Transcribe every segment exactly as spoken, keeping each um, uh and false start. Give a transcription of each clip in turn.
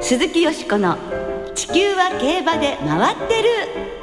鈴木よしこの地球は競馬で回ってる。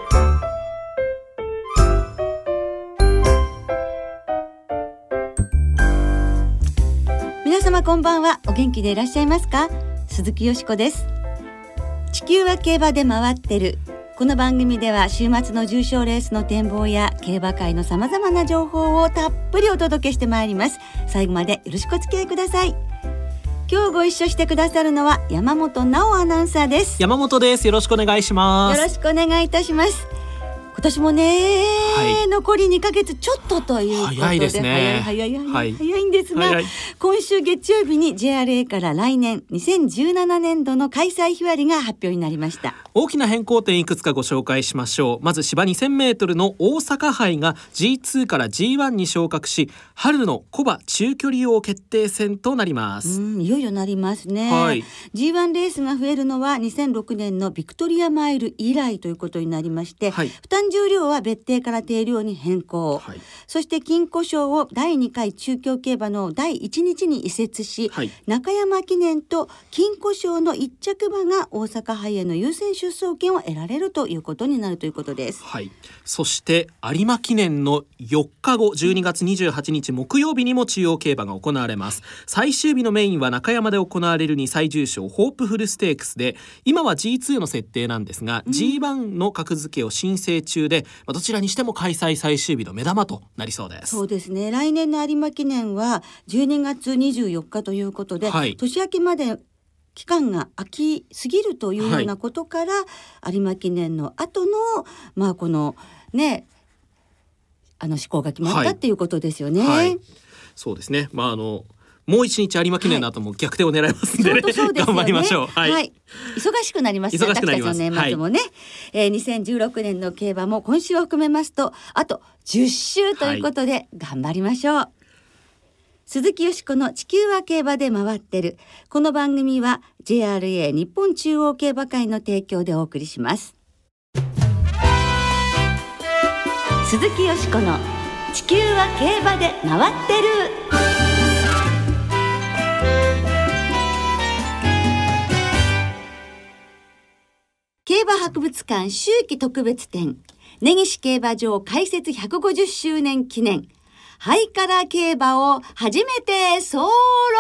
皆様こんばんは。お元気でいらっしゃいますか？鈴木よしこです。地球は競馬で回ってる。この番組では週末の重賞レースの展望や競馬界のさまざまな情報をたっぷりお届けしてまいります。最後までよろしくお付き合いください。今日ご一緒してくださるのは山本直アナウンサーです。 山本です。よろしくお願いします。 よろしくお願いいたします。今年もね、はい、残りにかげつちょっとということで早いですね。 早い早い早い、 はい、 早いんですが、今週月曜日に ジェイアールエー から来年にせんじゅうななねんどの開催日割りが発表になりました。 大きな変更点いくつかご紹介しましょう。まず芝にせんメートルの大阪杯が ジーツー から ジーワン に昇格し、春の古馬中距離王決定戦となります。 うん、いよいよなりますね、はい、ジーワン レースが増えるのはにせんろくねんのビクトリアマイル以来ということになりまして、はい、負担重量は別定から定量に変更、はい、そして金鯱賞をだいにかい中京競馬のだいいちにちに移設し、はい、中山記念と金鯱賞のいっちゃく馬が大阪杯への優先出走権を得られるということになるということです、 はい、そして有馬記念のよっかごじゅうにがつにじゅうはちにち木曜日にも中央競馬が行われます。最終日のメインは中山で行われるにさい重賞ホープフルステークスで、今は ジーツー の設定なんですが、うん、ジーワン の格付けを申請中で、どちらにしても開催最終日の目玉となりそうです。 そうですね。来年の有馬記念はじゅうにがつにじゅうよっかということで、はい、年明けまで期間が空きすぎるというようなことから、はい、有馬記念の後のまあこのねあの施行が決まったっていうことですよね、はいはい、 そうですね。まああのもう一日有馬記念の後も逆転を狙いますんで、ね、はい、そうですよね、頑張りましょう、はいはい、 忙しくなりますね。 忙しくなります。 私たちの年末もね、はい、えー、にせんじゅうろくねんの競馬も今週を含めますとあとじゅっしゅうということで頑張りましょう、はい、鈴木よしこの地球は競馬で回ってる。この番組は ジェイアールエー 日本中央競馬会の提供でお送りします。鈴木よしこの地球は競馬で回ってる。競馬博物館秋季特別展、根岸競馬場開設ひゃくごじゅっしゅうねん記念ハイカラ競馬を初めて走路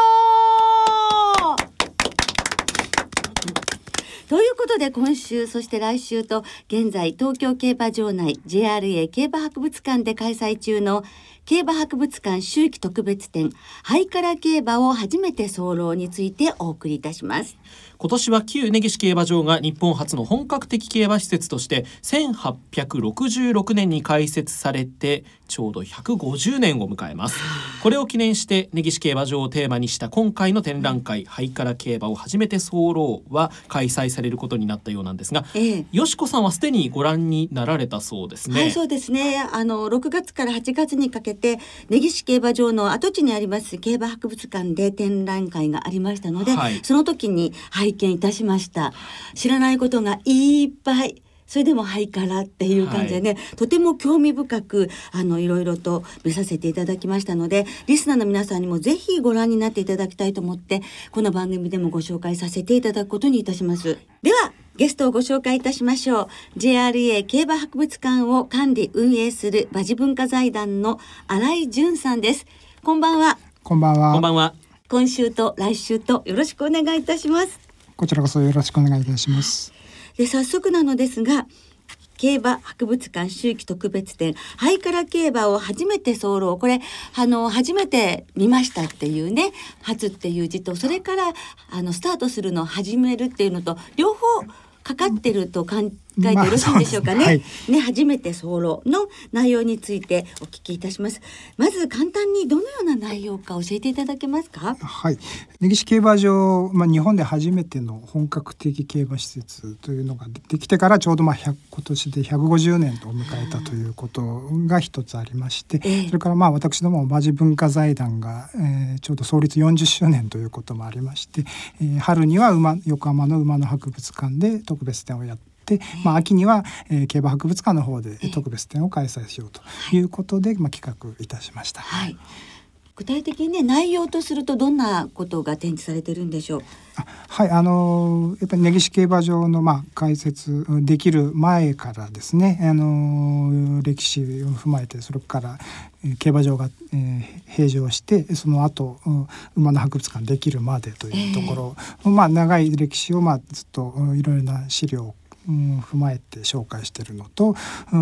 ということで、今週そして来週と現在東京競馬場内 ジェイアールエー 競馬博物館で開催中の競馬博物館秋季特別展ハイカラ競馬を初めて走路についてお送りいたします。 今年は旧根岸競馬場が日本初の本格的競馬施設としてせんはっぴゃくろくじゅうろくねんに開設されてちょうどひゃくごじゅうねんを迎えます。これを記念して根岸競馬場をテーマにした今回の展覧会、ハイカラ競馬を初めて走ろうは開催されることになったようなんですが、ええ、よしこさんはすでにご覧になられたそうですね。 はい、そうですね。あのろくがつからはちがつにかけて根岸競馬場の跡地にあります競馬博物館で展覧会がありましたので、はい、その時に拝見いたしました。知らないことがいっぱい、それでもハイカラっていう感じでね、はい、とても興味深くあのいろいろと見させていただきましたので、リスナーの皆さんにもぜひご覧になっていただきたいと思ってこの番組でもご紹介させていただくことにいたします。ではゲストをご紹介いたしましょう。 ジェイアールエー 競馬博物館を管理運営する馬事文化財団の新井淳さんです。こんばんは。 こんばんは。 こんばんは。 今週と来週とよろしくお願いいたします。 こちらこそよろしくお願いいたします。 で早速なのですが、競馬博物館秋季特別展ハイカラ競馬を初めて走ろう、これあの初めて見ましたっていうね、初っていう字と、それからあのスタートするのを始めるっていうのと両方かかってると考えてよろしいでしょうかね。まあ、そうですね。はい、ね、初めて走ろうの内容についてお聞きいたします。まず簡単にどのような内容か教えていただけますか？ はい、根岸競馬場、まあ、日本で初めての本格的競馬施設というのができてからちょうどまあ今年でひゃくごじゅうねんを迎えたということが一つありまして、えー、それからまあ私ども馬事文化財団が、えー、ちょうど創立よんじゅっしゅうねんということもありまして、えー、春には馬横浜の馬の博物館で特別展をやってでまあ、秋には、えー、競馬博物館の方で特別展を開催しようということで、まあ、企画いたしました。 はい、 具体的にね内容とするとどんなことが展示されてるんでしょう。 あはいあのやっぱり根岸競馬場の、まあ、開設できる前からですね、あの歴史を踏まえてそれから競馬場が、えー、閉場してその後馬の博物館できるまでというところ、えーまあ、長い歴史を、まあ、ずっといろいろな資料をうん、踏まえて紹介しているのと、うん、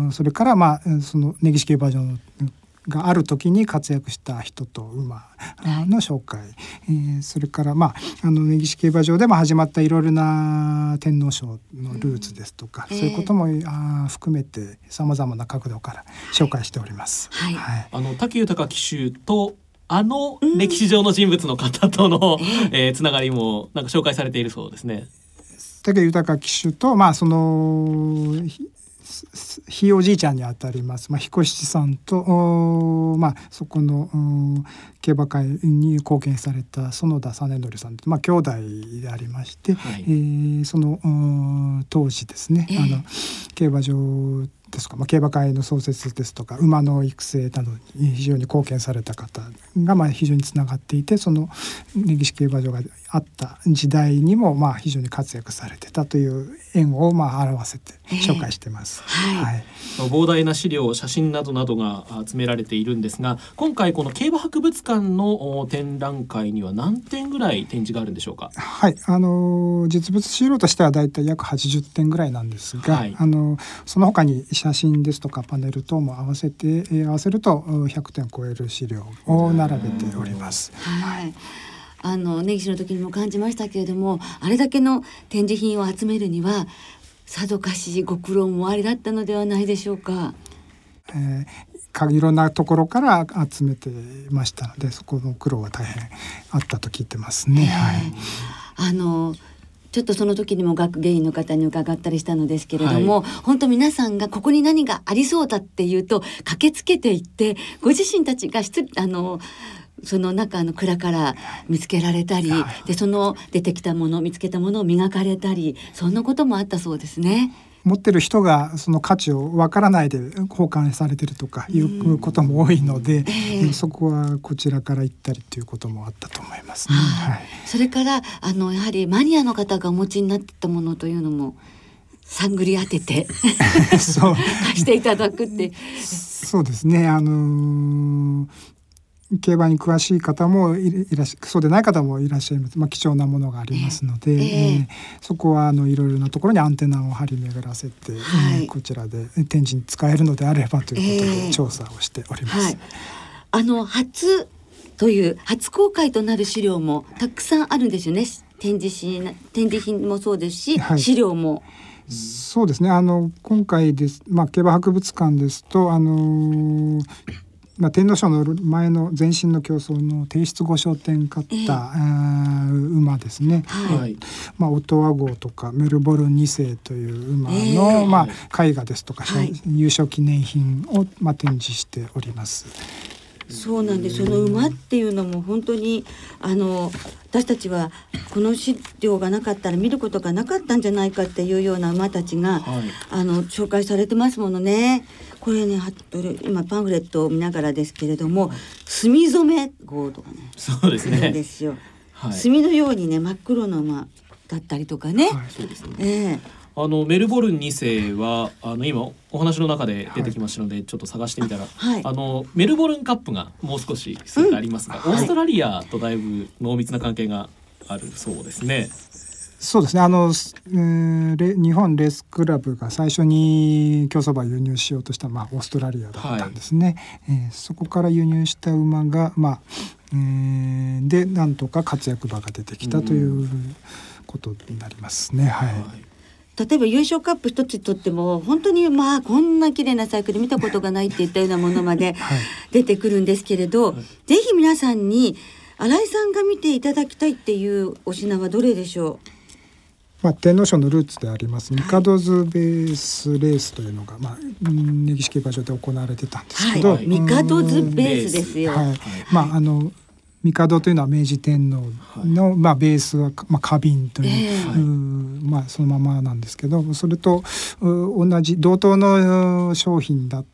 それから、まあ、その根岸競馬場のがある時に活躍した人と馬の紹介、えー、それから、まあ、あの根岸競馬場でも始まったいろいろな天皇賞のルーツですとか、うん、そういうことも、えー、あ含めてさまざまな角度から紹介しております。 はいはい、あの武豊騎手とあの歴史上の人物の方との、うんえー、つながりもなんか紹介されているそうですね。 武豊騎手と、まあ、そのひいおじいちゃんにあたります、まあ、彦七さんと、まあ、そこの競馬会に貢献された園田実則さん、まあ、兄弟でありまして、はいえー、その当時ですね、えー、あの競馬場ですか、まあ、競馬会の創設ですとか馬の育成などに非常に貢献された方がまあ非常につながっていて、その根岸競馬場があった時代にもまあ非常に活躍されてたという縁をまあ表せて紹介しています。 えーはいはい、膨大な資料写真などなどが集められているんですが、今回この競馬博物館の展覧会には何点ぐらい展示があるんでしょうか。 はい、あの実物資料としてはだいたい約はちじゅってんぐらいなんですが、はい、あのその他に写真ですとかパネル等も合わせて、えー、合わせるとひゃくてん超える資料を並べております。 はい、あの根岸の時にも感じましたけれども、あれだけの展示品を集めるにはさぞかしご苦労もありだったのではないでしょうか。 えー、いろんなところから集めてましたので、そこの苦労は大変あったと聞いてますね。はい、 あのちょっとその時にも学芸員の方に伺ったりしたのですけれども、はい、本当皆さんがここに何がありそうだっていうと駆けつけていって、ご自身たちがあのその中の蔵から見つけられたり、はい、でその出てきたもの見つけたものを磨かれたり、そんなこともあったそうですね。 持ってる人がその価値をわからないで交換されてるとかいうことも多いので、うんえー、そこはこちらから行ったりということもあったと思いますね。はい、 それからあのやはりマニアの方がお持ちになってたものというのも探り当ててそう貸していただくってそうですね、あのー競馬に詳しい方もいらっしゃそうでない方もいらっしゃいます、まあ、貴重なものがありますので、えーえー、そこはあのいろいろなところにアンテナを張り巡らせて、はいえー、こちらで展示に使えるのであればということで調査をしております。えーはい、 あの初という初公開となる資料もたくさんあるんですよね。展示品、展示品もそうですし、はい、資料も。 そうですね、あの今回です、まあ、競馬博物館ですとあのーまあ、天皇賞の前の前身の競争の帝室御賞典勝った、えー、馬ですね、はいまあ、オトワ号とかメルボルンに世という馬の、えーまあ、絵画ですとか、はい、優勝記念品を、まあ、展示しております。 そうなんです。その馬っていうのも本当にあの私たちはこの資料がなかったら見ることがなかったんじゃないかっていうような馬たちが、はい、あの紹介されてますものね。これね今パンフレットを見ながらですけれども、はい、墨染め号とかね、 そうですね、 ですよ、はい、墨のようにね真っ黒の馬だったりとかね、はい、そうですね、えーあのメルボルンに世はあの今お話の中で出てきましたので、はい、ちょっと探してみたら あ,、はい、あのメルボルンカップがもう少しありますが、うん、オーストラリアとだいぶ濃密な関係があるそうですね。 そうですね、あの、えー、日本レースクラブが最初に競走馬を輸入しようとした、まあ、オーストラリアだったんですね、はいえー、そこから輸入した馬が、まあえー、でなんとか活躍馬が出てきたということになりますね。はい、はい例えば優勝カップ一つとっても本当にまあこんな綺麗なサイクル見たことがないっていったようなものまで出てくるんですけれど、はい、ぜひ皆さんに新井さんが見ていただきたいっていうお品はどれでしょう。 まあ、天皇賞のルーツでありますミカドズベースレースというのが、まあ、根岸競馬場で行われてたんですけど、 はい、ミカドズベースですよ。はい、 まああの帝というのは明治天皇の、はいまあ、ベースは、まあ、花瓶という、えーうまあ、そのままなんですけど、それと同じ同等の商品だっ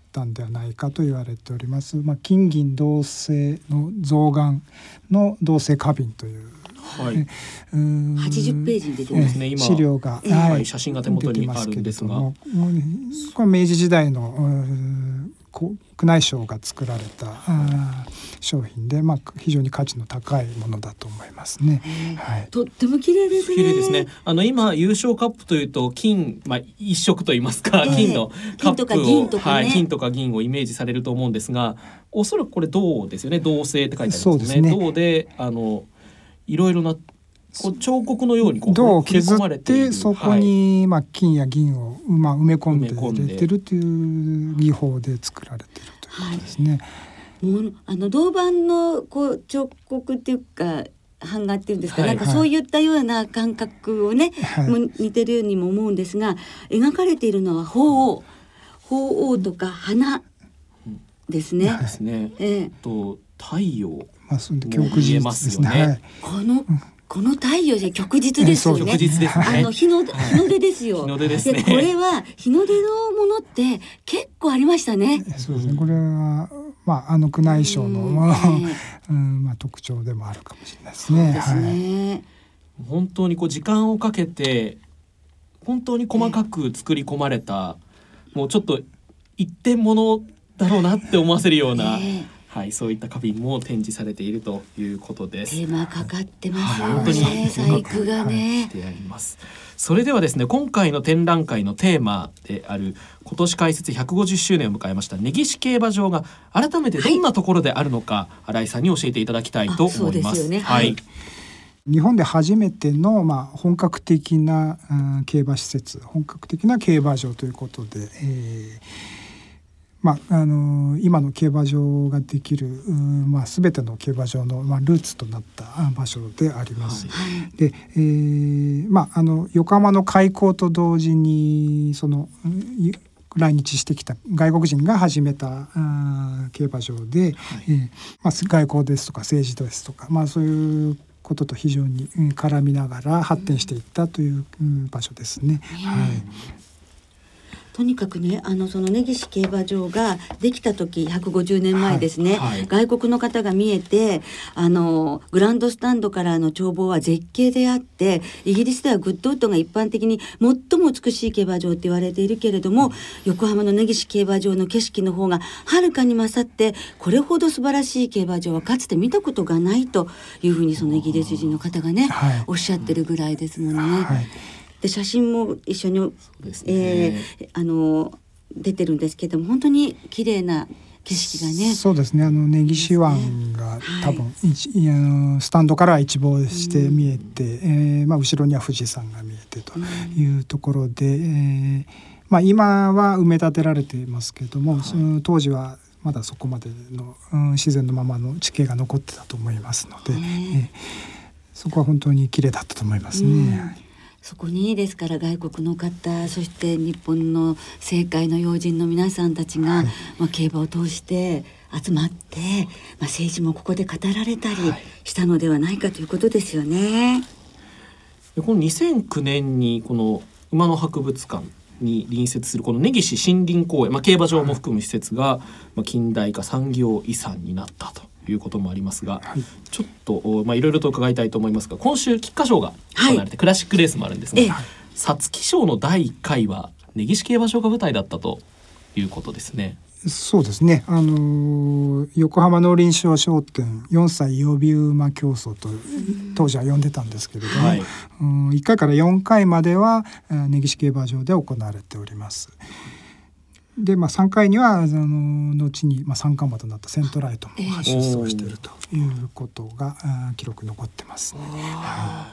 ったんではないかと言われております、まあ、金銀銅製の象眼の銅製花瓶という、 はい、うーんはちじゅうページに出てますね、 今資料が、 えーはい、写真が手元にあるんですが、これ明治時代の宮内省が作られた商品で、まあ、非常に価値の高いものだと思いますね、 はい、とっても綺麗ですね。 綺麗ですね。あの今優勝カップというと金、まあ、一色といいますか、えー、金のカップを金とか銀とかね、はい、金とか銀をイメージされると思うんですが、おそらくこれ銅ですよね。銅製って書いてありますね。そうですね。銅であのいろいろなこう彫刻のようにこう銅を削ってそこに、はい、まあ、金や銀を、まあ、埋め込んで入れてるという技法で作られているということですね。 はい、もうあの銅板のこう彫刻っていうか版画っていうんですか、はい、なんかそういったような感覚をね、はい、も似てるようにも思うんですが、描かれているのは鳳凰鳳凰とか花ですね。 ですね。えー、と太陽も見えますよね。はい、 このこの太陽じゃ旭日ですよね。 旭日ですね。 あの日の日の出ですよ。 日の出ですね。 でこれは日の出のものって結構ありましたね。 そうですね。これはまああの宮内省の、うんうんまあ、特徴でもあるかもしれないですね。 そうですね。 はい、本当にこう時間をかけて本当に細かく作り込まれた、もうちょっと一点物だろうなって思わせるような。えーはい、そういった花瓶も展示されているということです。 手間かかってますよね。 はい、本当に細工がね。 してあります。それではですね、今回の展覧会のテーマである今年開設ひゃくごじゅっしゅうねんを迎えました根岸競馬場が改めてどんなところであるのか、はい、新井さんに教えていただきたいと思います。そうですよね。はい。 日本で初めての、まあ、本格的な、うん、競馬施設、本格的な競馬場ということで、えーまああのー、今の競馬場ができる、まあ、全ての競馬場の、まあ、ルーツとなった場所であります。はい、で、えーまあ、あの横浜の開港と同時にその来日してきた外国人が始めた競馬場で、はい、えーまあ、外交ですとか政治ですとか、まあ、そういうことと非常に絡みながら発展していったという場所ですね。うん、はい。 とにかくね、あのその根岸競馬場ができた時ひゃくごじゅうねんまえですね、はいはい、外国の方が見えて、あのグランドスタンドからの眺望は絶景であって、イギリスではグッドウッドが一般的に最も美しい競馬場って言われているけれども、横浜の根岸競馬場の景色の方がはるかに勝って、これほど素晴らしい競馬場はかつて見たことがないというふうにそのイギリス人の方がね、はい、おっしゃってるぐらいですもんね。はい、で写真も一緒に、ねえー、あの出てるんですけども、本当に綺麗な景色がね。 そうですね。あの根岸湾が多分、はい、あのスタンドから一望して見えて、うん、えーまあ、後ろには富士山が見えてというところで、うん、えーまあ、今は埋め立てられていますけども、はい、その当時はまだそこまでの、うん、自然のままの地形が残ってたと思いますので、えー、そこは本当に綺麗だったと思いますね。うん、 そこにですから外国の方、そして日本の政界の要人の皆さんたちが、はい、まあ、競馬を通して集まって、まあ、政治もここで語られたりしたのではないかということですよね。 でこのにせんきゅうねんにこの馬の博物館に隣接するこの根岸森林公園、まあ、競馬場も含む施設が、まあ、近代化産業遺産になったということもありますが、はい、ちょっと、まあ、いろいろと伺いたいと思いますが、今週菊花賞が行われて、はい、クラシックレースもあるんですが、皐月賞のだいいっかいは根岸競馬場が舞台だったということですね。 そうですね。あのー、横浜農林商商店よんさい予備馬競争と当時は呼んでたんですけれども、はい、うん、いっかいからよんかいまでは根岸競馬場で行われております。で、まあ、さんかいにはあの後に、まあ、三冠馬となったセントライトも出走しているということが、えー、記録に残ってます、ね。はい、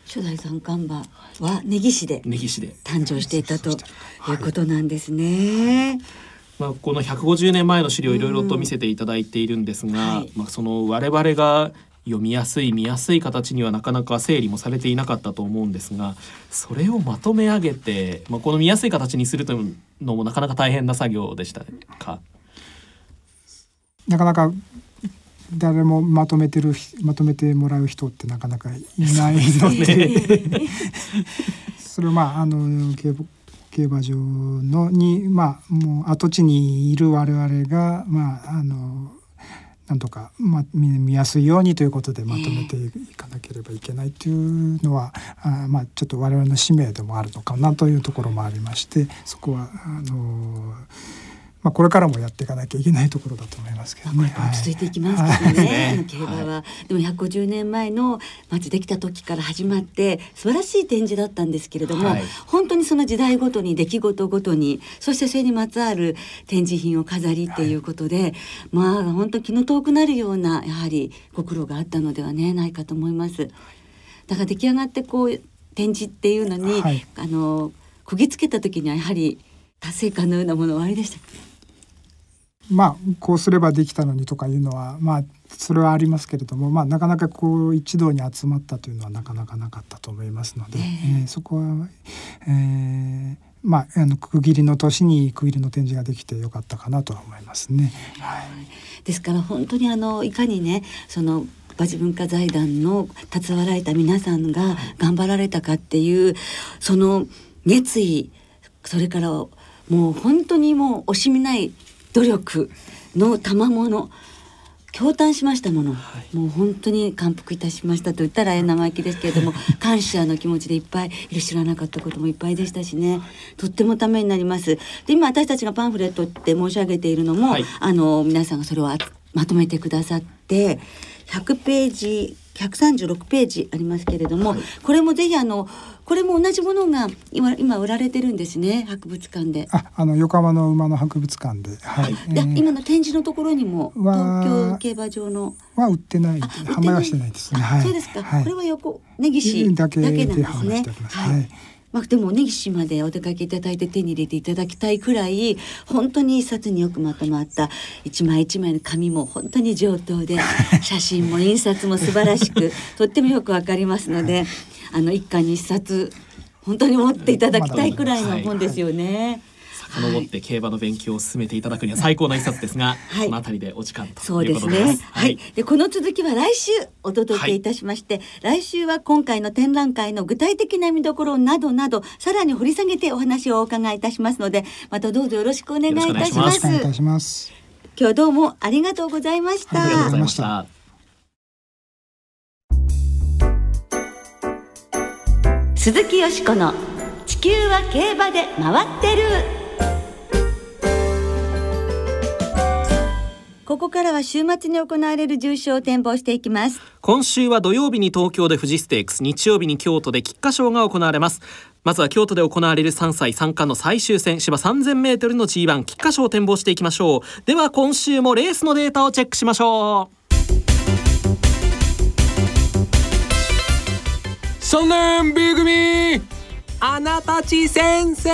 初代三冠馬は根岸で誕生していたということなんですね。 まあ、このひゃくごじゅうねんまえの資料をいろいろと見せていただいているんですが、うん、まあ、その我々が読みやすい見やすい形にはなかなか整理もされていなかったと思うんですが、それをまとめ上げて、まあ、この見やすい形にするというのもなかなか大変な作業でしたか？ なかなか誰もまとめてるまとめてもらう人ってなかなかいないのでそれはまああの競競馬場のに、まあ、もう跡地にいる我々が、まあ、あのなんとか、まあ、見やすいようにということでまとめていかなければいけないというのは、えー、あまあ、ちょっと我々の使命でもあるのかなというところもありまして、そこはあのまあ、これからもやっていかなきゃいけないところだと思いますけどね。 続いていきますけどね、あの競馬は、はい、でもひゃくごじゅうねんまえのまずできた時から始まって素晴らしい展示だったんですけれども、はい、本当にその時代ごとに出来事ごとにそしてそれにまつわる展示品を飾りっていうことで、はい、まあ本当気の遠くなるようなやはりご苦労があったのでは、ね、ないかと思います。だから出来上がってこう展示っていうのに、はい、あのこぎつけた時にはやはり達成感のようなものはありでしたっけ？ まあ、こうすればできたのにとかいうのは、まあ、それはありますけれども、まあ、なかなかこう一堂に集まったというのはなかなかなかったと思いますので、えーえー、そこは、えーまあ、あの区切りの年に区切りの展示ができてよかったかなとは思いますね。はい、 ですから本当にあのいかにねその馬事文化財団の携わられた皆さんが頑張られたかっていうその熱意、それからもう本当にもう惜しみない努力の賜物、驚嘆しましたもの、はい、もう本当に感服いたしましたと言ったら生意気ですけれども感謝の気持ちでいっぱいいる、知らなかったこともいっぱいでしたしね、とってもためになります。で今私たちがパンフレットって申し上げているのも、はい、あの皆さんがそれをまとめてくださってひゃくページひゃくさんじゅうろくページありますけれども、はい、これもぜひあのこれも同じものが 今, 今売られてるんですね、博物館で。 ああの横浜の馬の博物館で、はい、 で、えー、今の展示のところにも東京競馬場のは売ってない、販売はしてないですね。 はい、そうですか、はい、これは横根岸だけなんですね。はい、まあ、でも根岸までお出かけいただいて手に入れていただきたいくらい本当に一冊によくまとまった一枚一枚の紙も本当に上等で写真も印刷も素晴らしくとってもよくわかりますので、あの一巻に一冊本当に持っていただきたいくらいの本ですよね。 遡って競馬の勉強を進めていただくには最高な一冊ですが、はい、このあたりでお時間ということです。 そうですね。はい。でこの続きは来週お届けいたしまして、はい、来週は今回の展覧会の具体的な見どころなどなどさらに掘り下げてお話をお伺いいたしますので、またどうぞよろしくお願いいたします。 よろしくお願いします。 今日どうもありがとうございました。 ありがとうございました。 鈴木よしこの地球は競馬で回ってる。ここからは週末に行われる重賞を展望していきます。 今週は土曜日に東京で富士ステークス、日曜日に京都で菊花賞が行われます。まずは京都で行われるさんさいさん冠の最終戦、芝 さんぜんメートル の ジーワン 菊花賞を展望していきましょう。では今週もレースのデータをチェックしましょう。 そねん B 組、あなたち先生、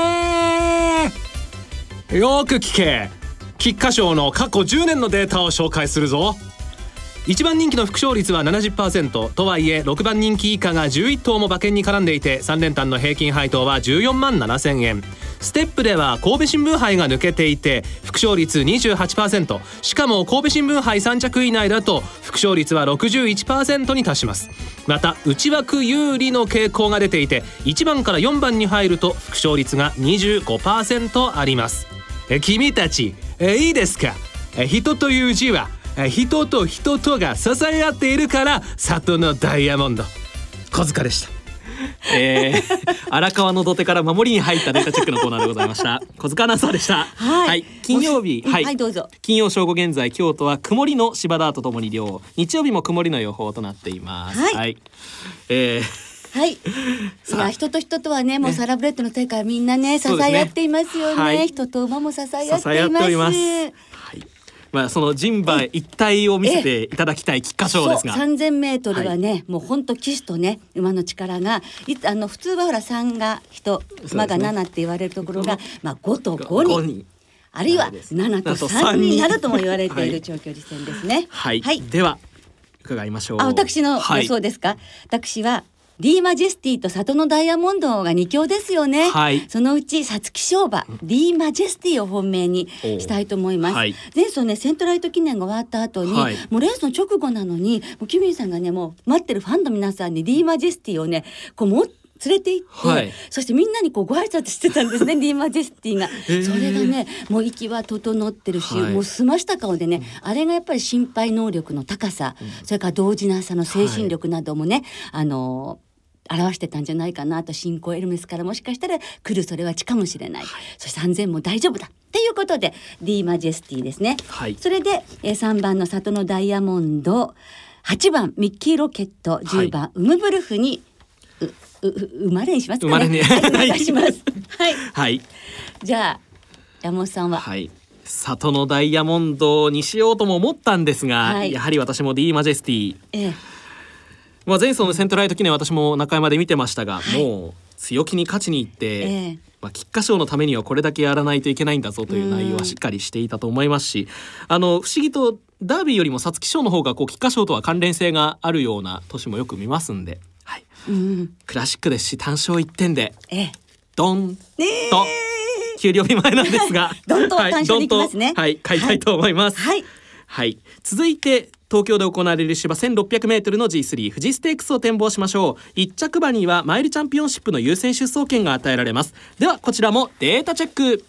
よく聞け。菊花賞の過去じゅうねんのデータを紹介するぞ。いちばん人気の副勝率は ななじゅっパーセント とはいえろくばん人気以下がじゅういっ頭も馬券に絡んでいて、さん連単の平均配当はじゅうよんまんななせんえん。ステップでは神戸新聞杯が抜けていて副勝率 にじゅうはちパーセント、 しかも神戸新聞杯さん着以内だと副勝率は ろくじゅういちパーセント に達します。また内枠有利の傾向が出ていていちばんからよんばんに入ると副勝率が にじゅうごパーセント あります。え君たちえいいですか。え人という字は人と人とが支え合っているから里のダイヤモンド。小塚でした。 えー、荒川の土手から守りに入ったデータチェックのコーナーでございました。小塚アナウンサーでした。 はい、はい、 金曜日、 はい、はい、どうぞ。 金曜正午現在京都は曇りの芝ダートともに両、日曜日も曇りの予報となっています。 はい、 はい、えーはい、いや人と人とはねもうサラブレッドの世界みんなね支え合っていますよね。はい、人と馬も支え合っています。支え合っております。はい、 まあ、その人馬一体を見せていただきたい菊花賞ですが、 さんぜんメートルはね、はい、もう本当騎手とね馬の力がいあの普通はほらさんが人馬がななって言われるところが、まあ、ごとごに、ごにあるいはななとさんになるとも言われている長距離戦ですね。 はい、はい、では伺いましょう。 あ、私の予想ですか。はい、私はディーマジェスティと里のダイヤモンドがに強ですよね。はい、そのうち皐月賞馬ディーマジェスティを本命にしたいと思います。はい、前走ねセントライト記念が終わった後に、はい、もうレースの直後なのにもうキュミンさんがねもう待ってるファンの皆さんにディーマジェスティをねこうも連れて行って、はい、そしてみんなにこうご挨拶してたんですねディーマジェスティが、えー、それがねもう息は整ってるし、はい、もう澄ました顔でね、うん、あれがやっぱり心配能力の高さ、うん、それから動じなさの精神力などもね、はい、あの表してたんじゃないかなと。新興エルメスからもしかしたら来るそれは地かもしれない、はい、そして安全も大丈夫だっていうことでディーマジェスティですね、はい、それでえさんばんの里のダイヤモンド、はちばんミッキーロケット、じゅうばん、はい、ウムブルフにうう生まれにしますかね。生まれに、はい、お願いしますはい、はい、じゃあ山本さんは。 はい、里のダイヤモンドにしようとも思ったんですが、はい、やはり私もディーマジェスティ、ええ、まあ、前走のセントライト記念私も中山で見てましたが、はい、もう強気に勝ちに行って、ええ、まあ、菊花賞のためにはこれだけやらないといけないんだぞという内容はしっかりしていたと思いますし、あの不思議とダービーよりも皐月賞の方がこう菊花賞とは関連性があるような年もよく見ますんで、はい、うん、クラシックですし単勝いってんで、ええ、ドンと給料日前なんですがどんと単勝でいきますね。 はい、買いたいと思います。はい、はい、続いて東京で行われる芝 せんろっぴゃくメートル の ジースリー 富士ステークスを展望しましょう。いっ着馬にはマイルチャンピオンシップの優先出走権が与えられます。ではこちらもデータチェック。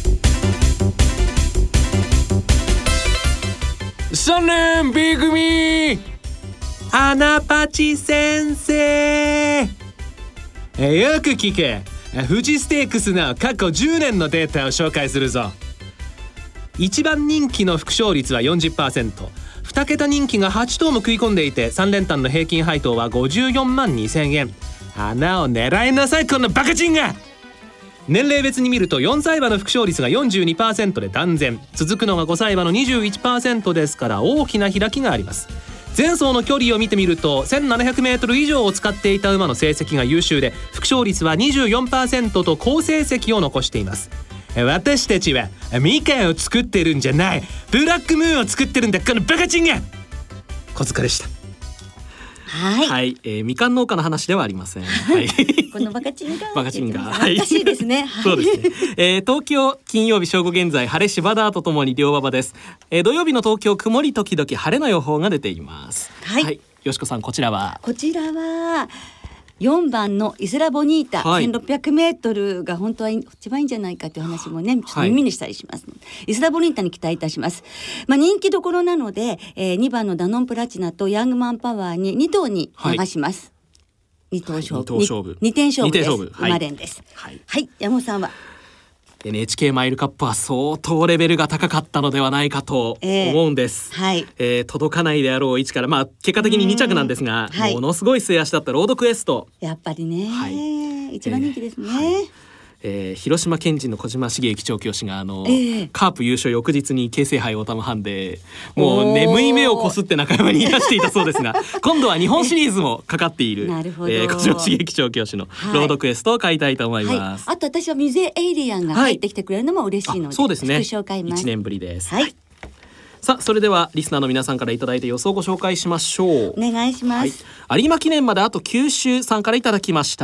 さんれん B 組穴パチ先生、えよく聞け。富士ステークスの過去じゅうねんのデータを紹介するぞ。いちばん人気の副勝率は よんじゅっパーセント、に桁人気がはち頭も食い込んでいてさん連単の平均配当はごじゅうよんまんにせんえん。穴を狙いなさいこのバカチンが。年齢別に見るとよんさい馬の副勝率が よんじゅうにパーセント で断然、続くのがごさい馬の にじゅういちパーセント ですから大きな開きがあります。前走の距離を見てみると せんななひゃくメートル 以上を使っていた馬の成績が優秀で、副勝率は にじゅうよんパーセント と好成績を残しています。私たちはみかんを作ってるんじゃない、ブラックムーンを作ってるんだこのバカチンが。小塚でした。 はい、 はい、えー、みかん農家の話ではありません。はい、 このバカチンがバカチンが難しいですね。 はい、そうですね。えー、東京金曜日正午現在晴れ芝田とともに両馬場です。えー、土曜日の東京曇り時々晴れの予報が出ています。はい、はい、よしこさんこちらは。 こちらはよんばんのイスラボニータ、はい、せんろっぴゃくメートルが本当は一番いいんじゃないかという話もね、ちょっと耳にしたりしますので、はい、イスラボニータに期待いたします。まあ、人気どころなので、えー、にばんのダノンプラチナとヤングマンパワーにに頭に流します。はい、に頭勝負、はい、に, 勝負にてん勝負です。馬連です。はい、はい、山本さんは。 エヌエイチケー マイルカップは相当レベルが高かったのではないかと思うんです、えーはいえー、届かないであろう位置から、まあ、結果的にに着なんですが、はい、ものすごい末足だったロードクエスト、 やっぱりね、はい、一番人気ですね、えーはいえー、広島県人の小島茂之調教師があの、えー、カープ優勝翌日に京成杯オータムハンでもう眠い目をこすって中山にいらしていたそうですが今度は日本シリーズもかかっている、えー、小島茂之調教師のロードクエストを買いたいと思います、 はい、あと私はミゼエイリアンが入ってきてくれるのも嬉しいので、はい、 そうですね、 副賞買います。 いちねんぶりです、 はい、 さあそれではリスナーの皆さんからいただいた予想をご紹介しましょう。 お願いします、 はい、有馬記念まであときゅう週さんからいただきました。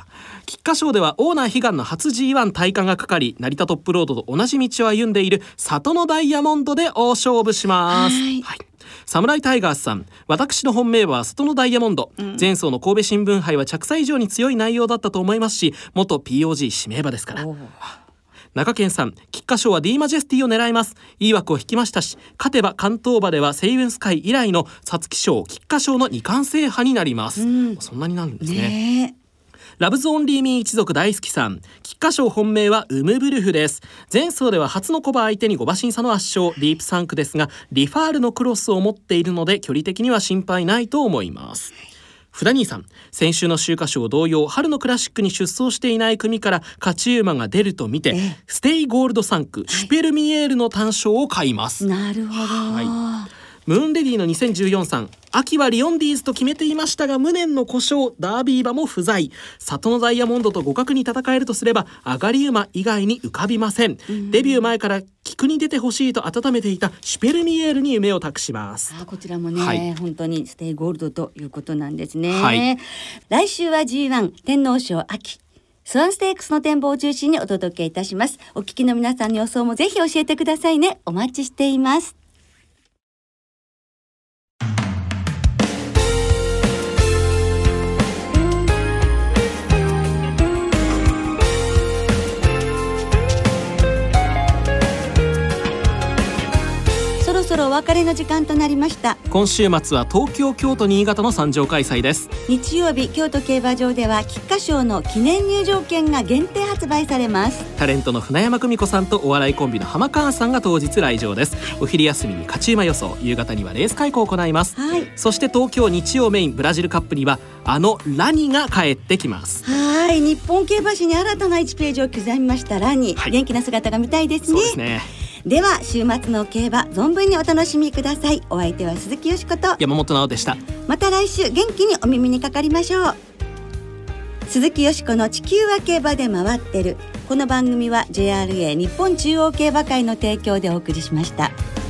菊花賞ではオーナー悲願の初 ジーワン 大化がかかり、成田トップロードと同じ道を歩んでいる里のダイヤモンドで大勝負します。はい、はい、サムライタイガースさん、私の本命は里のダイヤモンド、うん、前走の神戸新聞杯は着差以上に強い内容だったと思いますし、元 ピーオージー 指名馬ですから。中堅さん、菊花賞は D マジェスティを狙います。いい枠を引きましたし、勝てば関東馬ではセイウンスカイ以来の皐月賞菊花賞の二冠制覇になります、うん、そんなになるんですね。ねラブズオンリーミー一族大好きさん、菊花賞本命はウムブルフです。前走では初のコバ相手にご馬身差の圧勝、ディープサンクですがリファールのクロスを持っているので距離的には心配ないと思います。フダ兄さん、先週の秋華賞同様春のクラシックに出走していない組から勝ち馬が出ると見て、ステイゴールドサンク、シュペルミエールの単勝を買います。 なるほど、 はい、ムーンレディのにせんじゅうよんさん、秋はリオンディーズと決めていましたが無念の故障、ダービー馬も不在、里のダイヤモンドと互角に戦えるとすれば上がり馬以外に浮かびません。デビュー前から菊に出てほしいと温めていたシュペルミエールに夢を託します。 あ、こちらもね、はい、本当にステイゴールドということなんですね、はい、来週は ジーワン 天皇賞秋スワンステークスの展望を中心にお届けいたします。お聞きの皆さんの予想もぜひ教えてくださいね。お待ちしています。 別れの時間となりました。 今週末は東京、京都、新潟の参上開催です。 日曜日、京都競馬場では菊花賞の記念入場券が限定発売されます。 タレントの船山久美子さんとお笑いコンビの浜川さんが当日来場です。お昼休みに勝ち馬予想、夕方にはレース開講を行います、 はい、 そして東京日曜メインブラジルカップにはあのラニが帰ってきます。 はい、日本競馬史に新たないちページを刻みましたラニ、はい、元気な姿が見たいですね。 そうですね。 では週末の競馬存分にお楽しみください。お相手は鈴木よしこと山本直でした。 また来週元気にお耳にかかりましょう。鈴木よしこの地球は競馬で回ってる。この番組は ジェイアールエー 日本中央競馬会の提供でお送りしました。